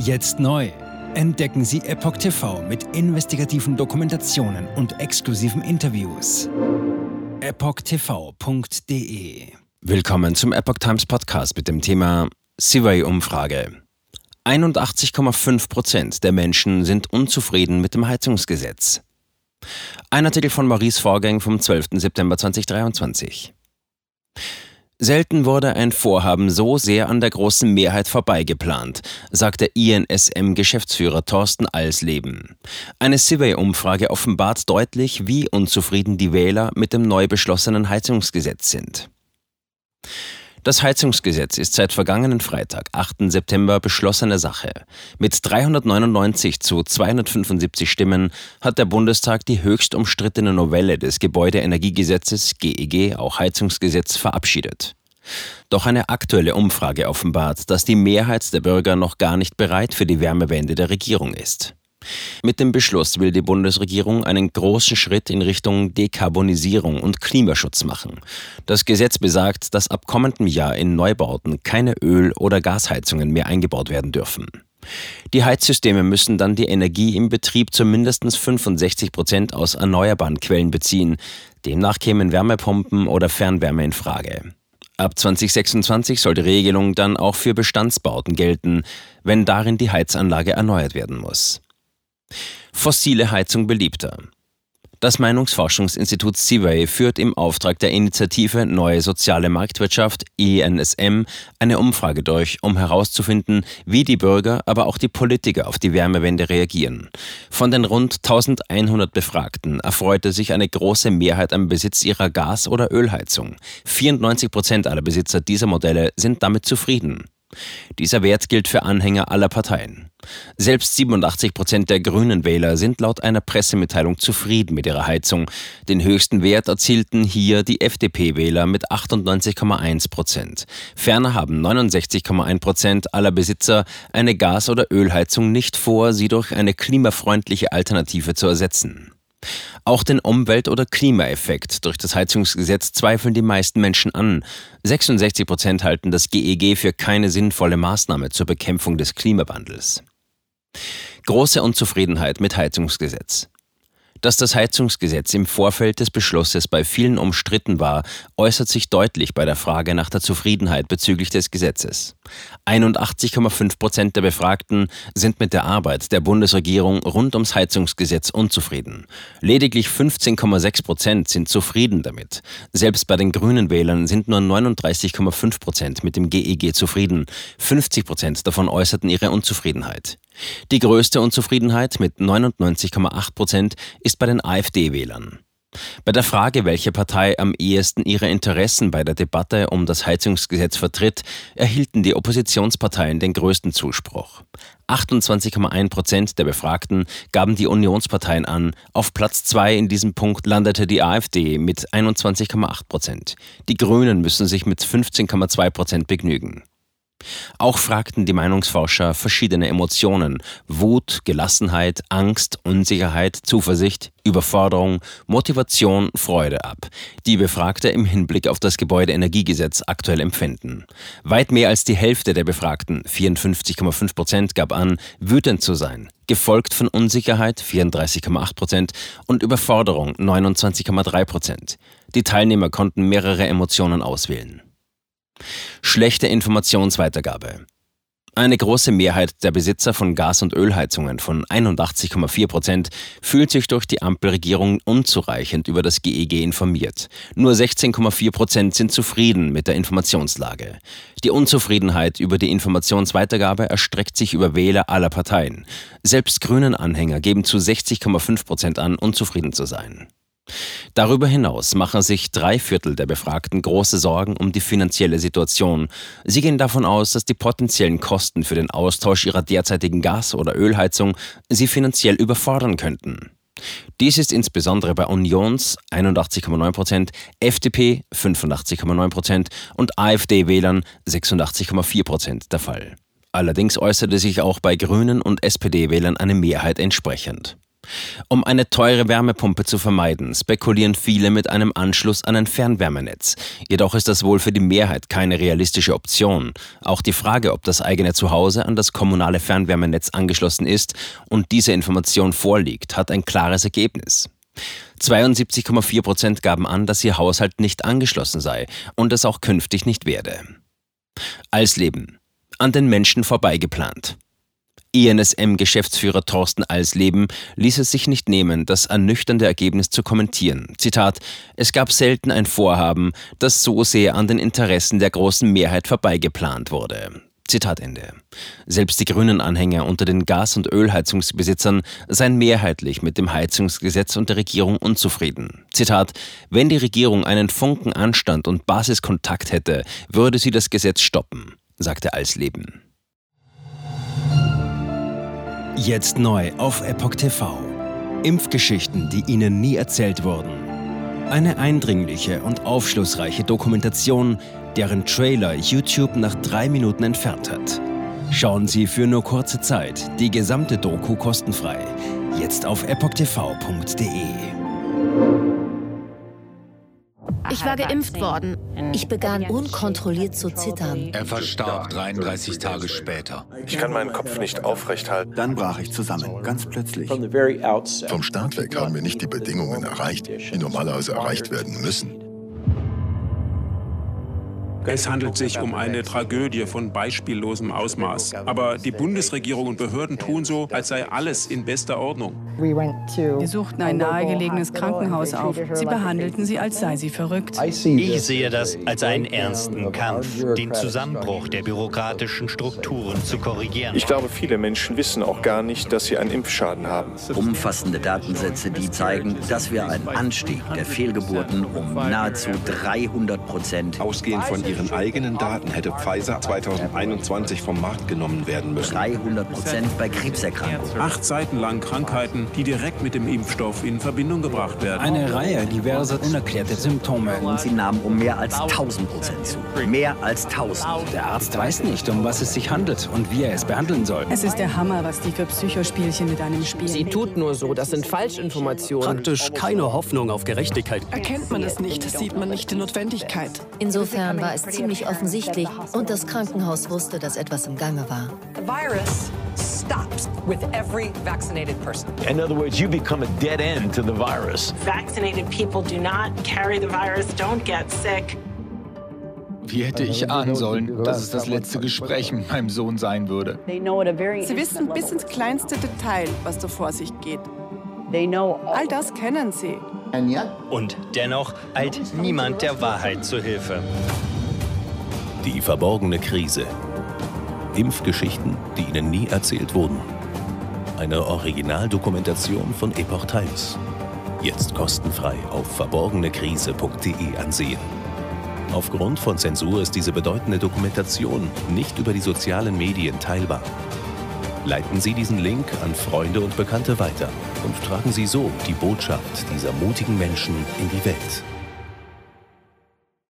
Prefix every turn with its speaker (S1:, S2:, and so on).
S1: Jetzt neu. Entdecken Sie Epoch TV mit investigativen Dokumentationen und exklusiven Interviews. EpochTV.de. Willkommen zum Epoch Times Podcast mit dem Thema Survey-Umfrage. 81,5% der Menschen sind unzufrieden mit dem Heizungsgesetz. Ein Artikel von Maurice Vorgäng vom 12. September 2023. Selten wurde ein Vorhaben so sehr an der großen Mehrheit vorbeigeplant, sagt der INSM-Geschäftsführer Thorsten Alsleben. Eine Survey-Umfrage offenbart deutlich, wie unzufrieden die Wähler mit dem neu beschlossenen Heizungsgesetz sind. Das Heizungsgesetz ist seit vergangenen Freitag, 8. September, beschlossene Sache. Mit 399 zu 275 Stimmen hat der Bundestag die höchst umstrittene Novelle des Gebäudeenergiegesetzes GEG, auch Heizungsgesetz, verabschiedet. Doch eine aktuelle Umfrage offenbart, dass die Mehrheit der Bürger noch gar nicht bereit für die Wärmewende der Regierung ist. Mit dem Beschluss will die Bundesregierung einen großen Schritt in Richtung Dekarbonisierung und Klimaschutz machen. Das Gesetz besagt, dass ab kommendem Jahr in Neubauten keine Öl- oder Gasheizungen mehr eingebaut werden dürfen. Die Heizsysteme müssen dann die Energie im Betrieb zu mindestens 65% aus erneuerbaren Quellen beziehen. Demnach kämen Wärmepumpen oder Fernwärme in Frage. Ab 2026 soll die Regelung dann auch für Bestandsbauten gelten, wenn darin die Heizanlage erneuert werden muss. Fossile Heizung beliebter. Das Meinungsforschungsinstitut Survey führt im Auftrag der Initiative Neue Soziale Marktwirtschaft INSM eine Umfrage durch, um herauszufinden, wie die Bürger, aber auch die Politiker auf die Wärmewende reagieren. Von den rund 1100 Befragten erfreute sich eine große Mehrheit am Besitz ihrer Gas- oder Ölheizung. 94% aller Besitzer dieser Modelle sind damit zufrieden. Dieser Wert gilt für Anhänger aller Parteien. Selbst 87% der grünen Wähler sind laut einer Pressemitteilung zufrieden mit ihrer Heizung. Den höchsten Wert erzielten hier die FDP-Wähler mit 98,1%. Ferner haben 69,1% aller Besitzer eine Gas- oder Ölheizung nicht vor, sie durch eine klimafreundliche Alternative zu ersetzen. Auch den Umwelt- oder Klimaeffekt durch das Heizungsgesetz zweifeln die meisten Menschen an. 66% halten das GEG für keine sinnvolle Maßnahme zur Bekämpfung des Klimawandels. Große Unzufriedenheit mit Heizungsgesetz. Dass das Heizungsgesetz im Vorfeld des Beschlusses bei vielen umstritten war, äußert sich deutlich bei der Frage nach der Zufriedenheit bezüglich des Gesetzes. 81,5% der Befragten sind mit der Arbeit der Bundesregierung rund ums Heizungsgesetz unzufrieden. Lediglich 15,6% sind zufrieden damit. Selbst bei den grünen Wählern sind nur 39,5% mit dem GEG zufrieden. 50% davon äußerten ihre Unzufriedenheit. Die größte Unzufriedenheit mit 99,8% ist bei den AfD-Wählern. Bei der Frage, welche Partei am ehesten ihre Interessen bei der Debatte um das Heizungsgesetz vertritt, erhielten die Oppositionsparteien den größten Zuspruch. 28,1% der Befragten gaben die Unionsparteien an. Auf Platz 2 in diesem Punkt landete die AfD mit 21,8%. Die Grünen müssen sich mit 15,2% begnügen. Auch fragten die Meinungsforscher verschiedene Emotionen: Wut, Gelassenheit, Angst, Unsicherheit, Zuversicht, Überforderung, Motivation, Freude ab, die Befragte im Hinblick auf das Gebäudeenergiegesetz aktuell empfinden. Weit mehr als die Hälfte der Befragten, 54,5%, gab an, wütend zu sein, gefolgt von Unsicherheit, 34,8%, und Überforderung, 29,3%. Die Teilnehmer konnten mehrere Emotionen auswählen. Schlechte Informationsweitergabe. Eine große Mehrheit der Besitzer von Gas- und Ölheizungen von 81,4% fühlt sich durch die Ampelregierung unzureichend über das GEG informiert. Nur 16,4% sind zufrieden mit der Informationslage. Die Unzufriedenheit über die Informationsweitergabe erstreckt sich über Wähler aller Parteien. Selbst grünen Anhänger geben zu 60,5% an, unzufrieden zu sein. Darüber hinaus machen sich 3/4 der Befragten große Sorgen um die finanzielle Situation. Sie gehen davon aus, dass die potenziellen Kosten für den Austausch ihrer derzeitigen Gas- oder Ölheizung sie finanziell überfordern könnten. Dies ist insbesondere bei Unions 81,9%, FDP 85,9% und AfD-Wählern 86,4% der Fall. Allerdings äußerte sich auch bei Grünen und SPD-Wählern eine Mehrheit entsprechend. Um eine teure Wärmepumpe zu vermeiden, spekulieren viele mit einem Anschluss an ein Fernwärmenetz. Jedoch ist das wohl für die Mehrheit keine realistische Option. Auch die Frage, ob das eigene Zuhause an das kommunale Fernwärmenetz angeschlossen ist und diese Information vorliegt, hat ein klares Ergebnis. 72,4% gaben an, dass ihr Haushalt nicht angeschlossen sei und es auch künftig nicht werde. Alsleben. An den Menschen vorbeigeplant. INSM-Geschäftsführer Thorsten Alsleben ließ es sich nicht nehmen, das ernüchternde Ergebnis zu kommentieren. Zitat: Es gab selten ein Vorhaben, das so sehr an den Interessen der großen Mehrheit vorbeigeplant wurde. Zitat Ende. Selbst die Grünen-Anhänger unter den Gas- und Ölheizungsbesitzern seien mehrheitlich mit dem Heizungsgesetz und der Regierung unzufrieden. Zitat: Wenn die Regierung einen Funken Anstand und Basiskontakt hätte, würde sie das Gesetz stoppen, sagte Alsleben.
S2: Jetzt neu auf Epoch TV. Impfgeschichten, die Ihnen nie erzählt wurden. Eine eindringliche und aufschlussreiche Dokumentation, deren Trailer YouTube nach 3 Minuten entfernt hat. Schauen Sie für nur kurze Zeit die gesamte Doku kostenfrei. Jetzt auf epochtv.de.
S3: Ich war geimpft worden. Ich begann unkontrolliert zu zittern.
S4: Er verstarb 33 Tage später.
S5: Ich kann meinen Kopf nicht aufrecht halten.
S6: Dann brach ich zusammen, ganz plötzlich.
S7: Vom Start weg haben wir nicht die Bedingungen erreicht, die normalerweise erreicht werden müssen.
S8: Es handelt sich um eine Tragödie von beispiellosem Ausmaß. Aber die Bundesregierung und Behörden tun so, als sei alles in bester Ordnung.
S9: Wir suchten ein nahegelegenes Krankenhaus auf. Sie behandelten sie, als sei sie verrückt.
S10: Ich sehe das als einen ernsten Kampf, den Zusammenbruch der bürokratischen Strukturen zu korrigieren.
S5: Ich glaube, viele Menschen wissen auch gar nicht, dass sie einen Impfschaden haben.
S6: Umfassende Datensätze, die zeigen, dass wir einen Anstieg der Fehlgeburten um nahezu 300%.
S11: Ausgehend von ihren eigenen Daten hätte Pfizer 2021 vom Markt genommen werden müssen.
S6: 300% bei Krebserkrankungen.
S8: 8 Seiten lang Krankheiten, die direkt mit dem Impfstoff in Verbindung gebracht werden.
S2: Eine Reihe diverser unerklärter Symptome.
S6: Und sie nahmen um mehr als 1000% zu. Mehr als 1000.
S2: Der Arzt weiß nicht, um was es sich handelt und wie er es behandeln soll.
S9: Es ist der Hammer, was die für Psychospielchen mit einem spielen.
S12: Sie tut nur so, das sind Falschinformationen.
S13: Praktisch keine Hoffnung auf Gerechtigkeit.
S14: Erkennt man es nicht, sieht man nicht die Notwendigkeit.
S3: Insofern war es ziemlich offensichtlich und das Krankenhaus wusste, dass etwas im Gange war.
S14: The virus stops with every vaccinated person.
S15: In other words, you become a dead end to the virus.
S16: Vaccinated people do not carry the virus, don't get sick.
S4: Wie hätte ich ahnen sollen, dass es das letzte Gespräch mit meinem Sohn sein würde?
S14: Sie wissen bis ins kleinste Detail, was da vor sich geht. All das kennen sie.
S10: Und dennoch eilt niemand der Wahrheit zu Hilfe.
S17: Die verborgene Krise. Impfgeschichten, die Ihnen nie erzählt wurden. Eine Originaldokumentation von Epoch Times. Jetzt kostenfrei auf verborgenekrise.de ansehen. Aufgrund von Zensur ist diese bedeutende Dokumentation nicht über die sozialen Medien teilbar. Leiten Sie diesen Link an Freunde und Bekannte weiter und tragen Sie so die Botschaft dieser mutigen Menschen in die Welt.